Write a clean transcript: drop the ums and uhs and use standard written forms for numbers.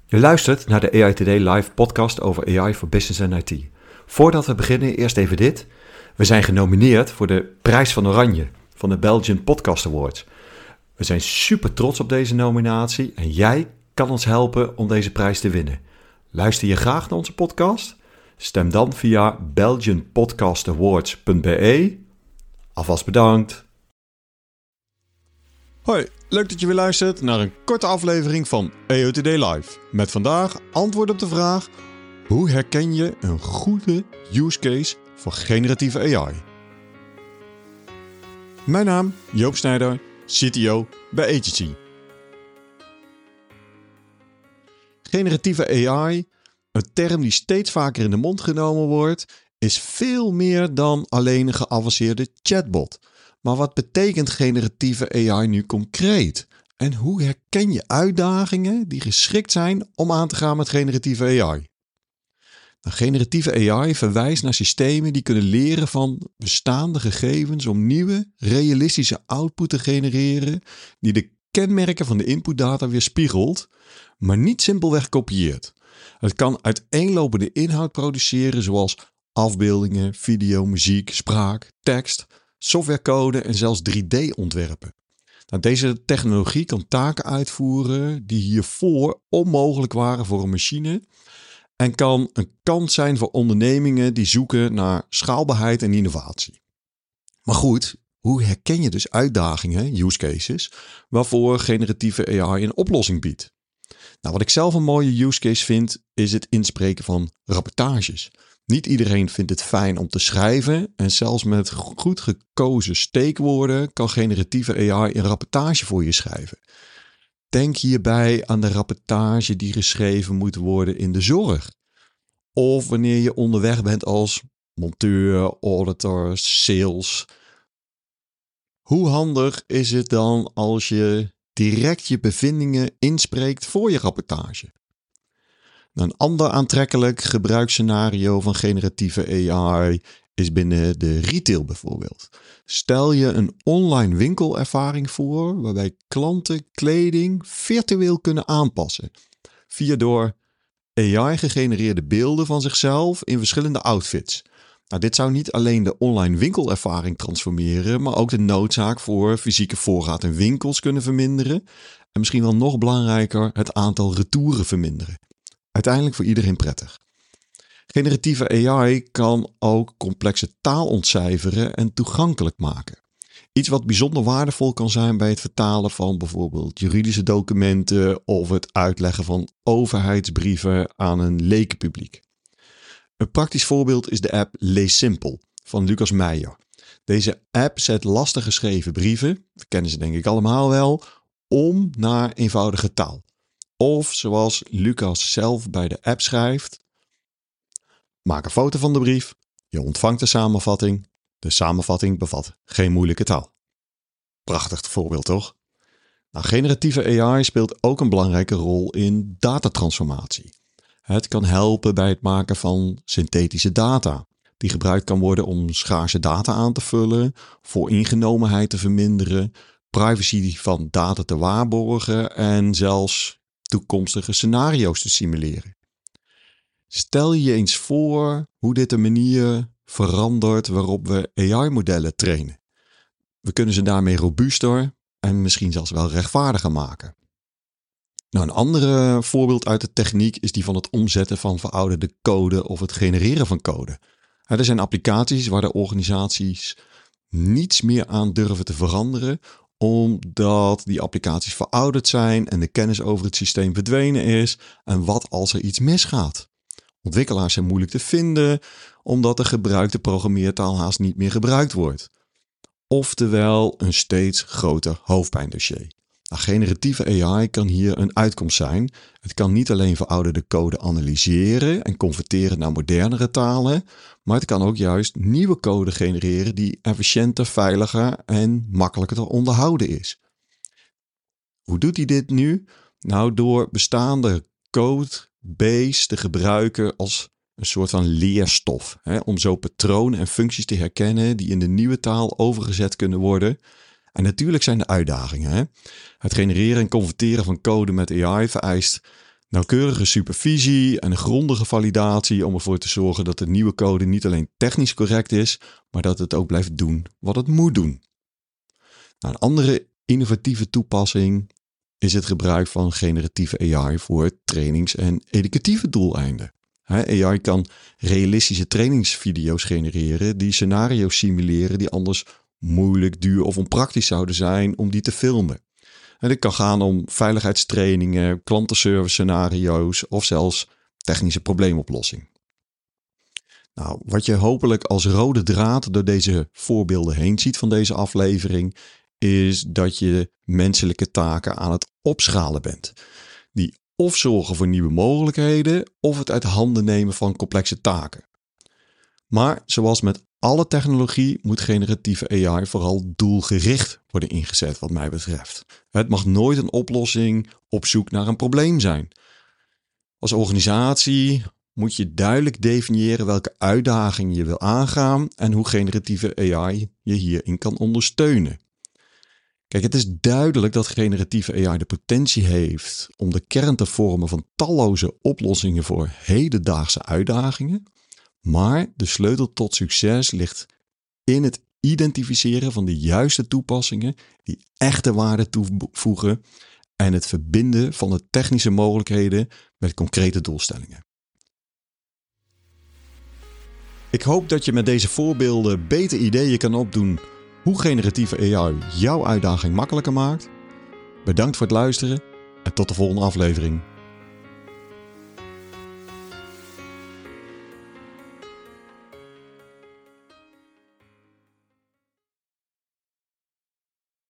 Je luistert naar de AI Today Live podcast over AI voor Business en IT. Voordat we beginnen, eerst even dit. We zijn genomineerd voor de Prijs van Oranje van de Belgian Podcast Awards. We zijn super trots op deze nominatie en jij kan ons helpen om deze prijs te winnen. Luister je graag naar onze podcast? Stem dan via belgianpodcastawards.be. Alvast bedankt. Hoi, leuk dat je weer luistert naar een korte aflevering van AI Today Live. Met vandaag antwoord op de vraag: hoe herken je een goede use case voor generatieve AI? Mijn naam Joop Snijder, CTO bij Agency. Generatieve AI, een term die steeds vaker in de mond genomen wordt, is veel meer dan alleen een geavanceerde chatbot. Maar wat betekent generatieve AI nu concreet? En hoe herken je uitdagingen die geschikt zijn om aan te gaan met generatieve AI? Nou, generatieve AI verwijst naar systemen die kunnen leren van bestaande gegevens om nieuwe, realistische output te genereren die de kenmerken van de inputdata weerspiegelt, maar niet simpelweg kopieert. Het kan uiteenlopende inhoud produceren zoals afbeeldingen, video, muziek, spraak, tekst, softwarecode en zelfs 3D-ontwerpen. Nou, deze technologie kan taken uitvoeren die hiervoor onmogelijk waren voor een machine en kan een kans zijn voor ondernemingen die zoeken naar schaalbaarheid en innovatie. Maar goed, hoe herken je dus uitdagingen, use cases, waarvoor generatieve AI een oplossing biedt? Nou, wat ik zelf een mooie use case vind, is het inspreken van rapportages. Niet iedereen vindt het fijn om te schrijven en zelfs met goed gekozen steekwoorden kan generatieve AI een rapportage voor je schrijven. Denk hierbij aan de rapportage die geschreven moet worden in de zorg. Of wanneer je onderweg bent als monteur, auditor, sales. Hoe handig is het dan als je direct je bevindingen inspreekt voor je rapportage? Een ander aantrekkelijk gebruiksscenario van generatieve AI is binnen de retail bijvoorbeeld. Stel je een online winkelervaring voor waarbij klanten kleding virtueel kunnen aanpassen via door AI gegenereerde beelden van zichzelf in verschillende outfits. Nou, dit zou niet alleen de online winkelervaring transformeren, maar ook de noodzaak voor fysieke voorraad in winkels kunnen verminderen en misschien wel nog belangrijker het aantal retouren verminderen. Uiteindelijk voor iedereen prettig. Generatieve AI kan ook complexe taal ontcijferen en toegankelijk maken. Iets wat bijzonder waardevol kan zijn bij het vertalen van bijvoorbeeld juridische documenten of het uitleggen van overheidsbrieven aan een lekenpubliek. Een praktisch voorbeeld is de app LeesSimpel van Lucas Meijer. Deze app zet lastig geschreven brieven, we kennen ze denk ik allemaal wel, om naar eenvoudige taal. Of zoals Lucas zelf bij de app schrijft: maak een foto van de brief, je ontvangt de samenvatting. De samenvatting bevat geen moeilijke taal. Prachtig voorbeeld toch? Nou, generatieve AI speelt ook een belangrijke rol in datatransformatie. Het kan helpen bij het maken van synthetische data, die gebruikt kan worden om schaarse data aan te vullen, vooringenomenheid te verminderen, privacy van data te waarborgen en zelfs toekomstige scenario's te simuleren. Stel je eens voor hoe dit de manier verandert waarop we AI-modellen trainen. We kunnen ze daarmee robuuster en misschien zelfs wel rechtvaardiger maken. Nou, een ander voorbeeld uit de techniek is die van het omzetten van verouderde code of het genereren van code. Er zijn applicaties waar de organisaties niets meer aan durven te veranderen, omdat die applicaties verouderd zijn en de kennis over het systeem verdwenen is. En wat als er iets misgaat? Ontwikkelaars zijn moeilijk te vinden, omdat de gebruikte programmeertaal haast niet meer gebruikt wordt. Oftewel een steeds groter hoofdpijndossier. Nou, generatieve AI kan hier een uitkomst zijn. Het kan niet alleen verouderde code analyseren en converteren naar modernere talen, maar het kan ook juist nieuwe code genereren die efficiënter, veiliger en makkelijker te onderhouden is. Hoe doet hij dit nu? Nou, door bestaande codebase te gebruiken als een soort van leerstof. Om zo patronen en functies te herkennen die in de nieuwe taal overgezet kunnen worden. En natuurlijk zijn er uitdagingen. Het genereren en converteren van code met AI vereist Nauwkeurige supervisie en een grondige validatie om ervoor te zorgen dat de nieuwe code niet alleen technisch correct is, maar dat het ook blijft doen wat het moet doen. Nou, een andere innovatieve toepassing is het gebruik van generatieve AI voor trainings- en educatieve doeleinden. AI kan realistische trainingsvideo's genereren die scenario's simuleren die anders moeilijk, duur of onpraktisch zouden zijn om die te filmen. En dit kan gaan om veiligheidstrainingen, klantenservice scenario's of zelfs technische probleemoplossing. Nou, wat je hopelijk als rode draad door deze voorbeelden heen ziet van deze aflevering, is dat je menselijke taken aan het opschalen bent. Die of zorgen voor nieuwe mogelijkheden of het uit handen nemen van complexe taken. Maar zoals met alle technologie moet generatieve AI vooral doelgericht worden ingezet wat mij betreft. Het mag nooit een oplossing op zoek naar een probleem zijn. Als organisatie moet je duidelijk definiëren welke uitdagingen je wil aangaan en hoe generatieve AI je hierin kan ondersteunen. Kijk, het is duidelijk dat generatieve AI de potentie heeft om de kern te vormen van talloze oplossingen voor hedendaagse uitdagingen. Maar de sleutel tot succes ligt in het identificeren van de juiste toepassingen die echte waarde toevoegen en het verbinden van de technische mogelijkheden met concrete doelstellingen. Ik hoop dat je met deze voorbeelden beter ideeën kan opdoen hoe generatieve AI jouw uitdaging makkelijker maakt. Bedankt voor het luisteren en tot de volgende aflevering.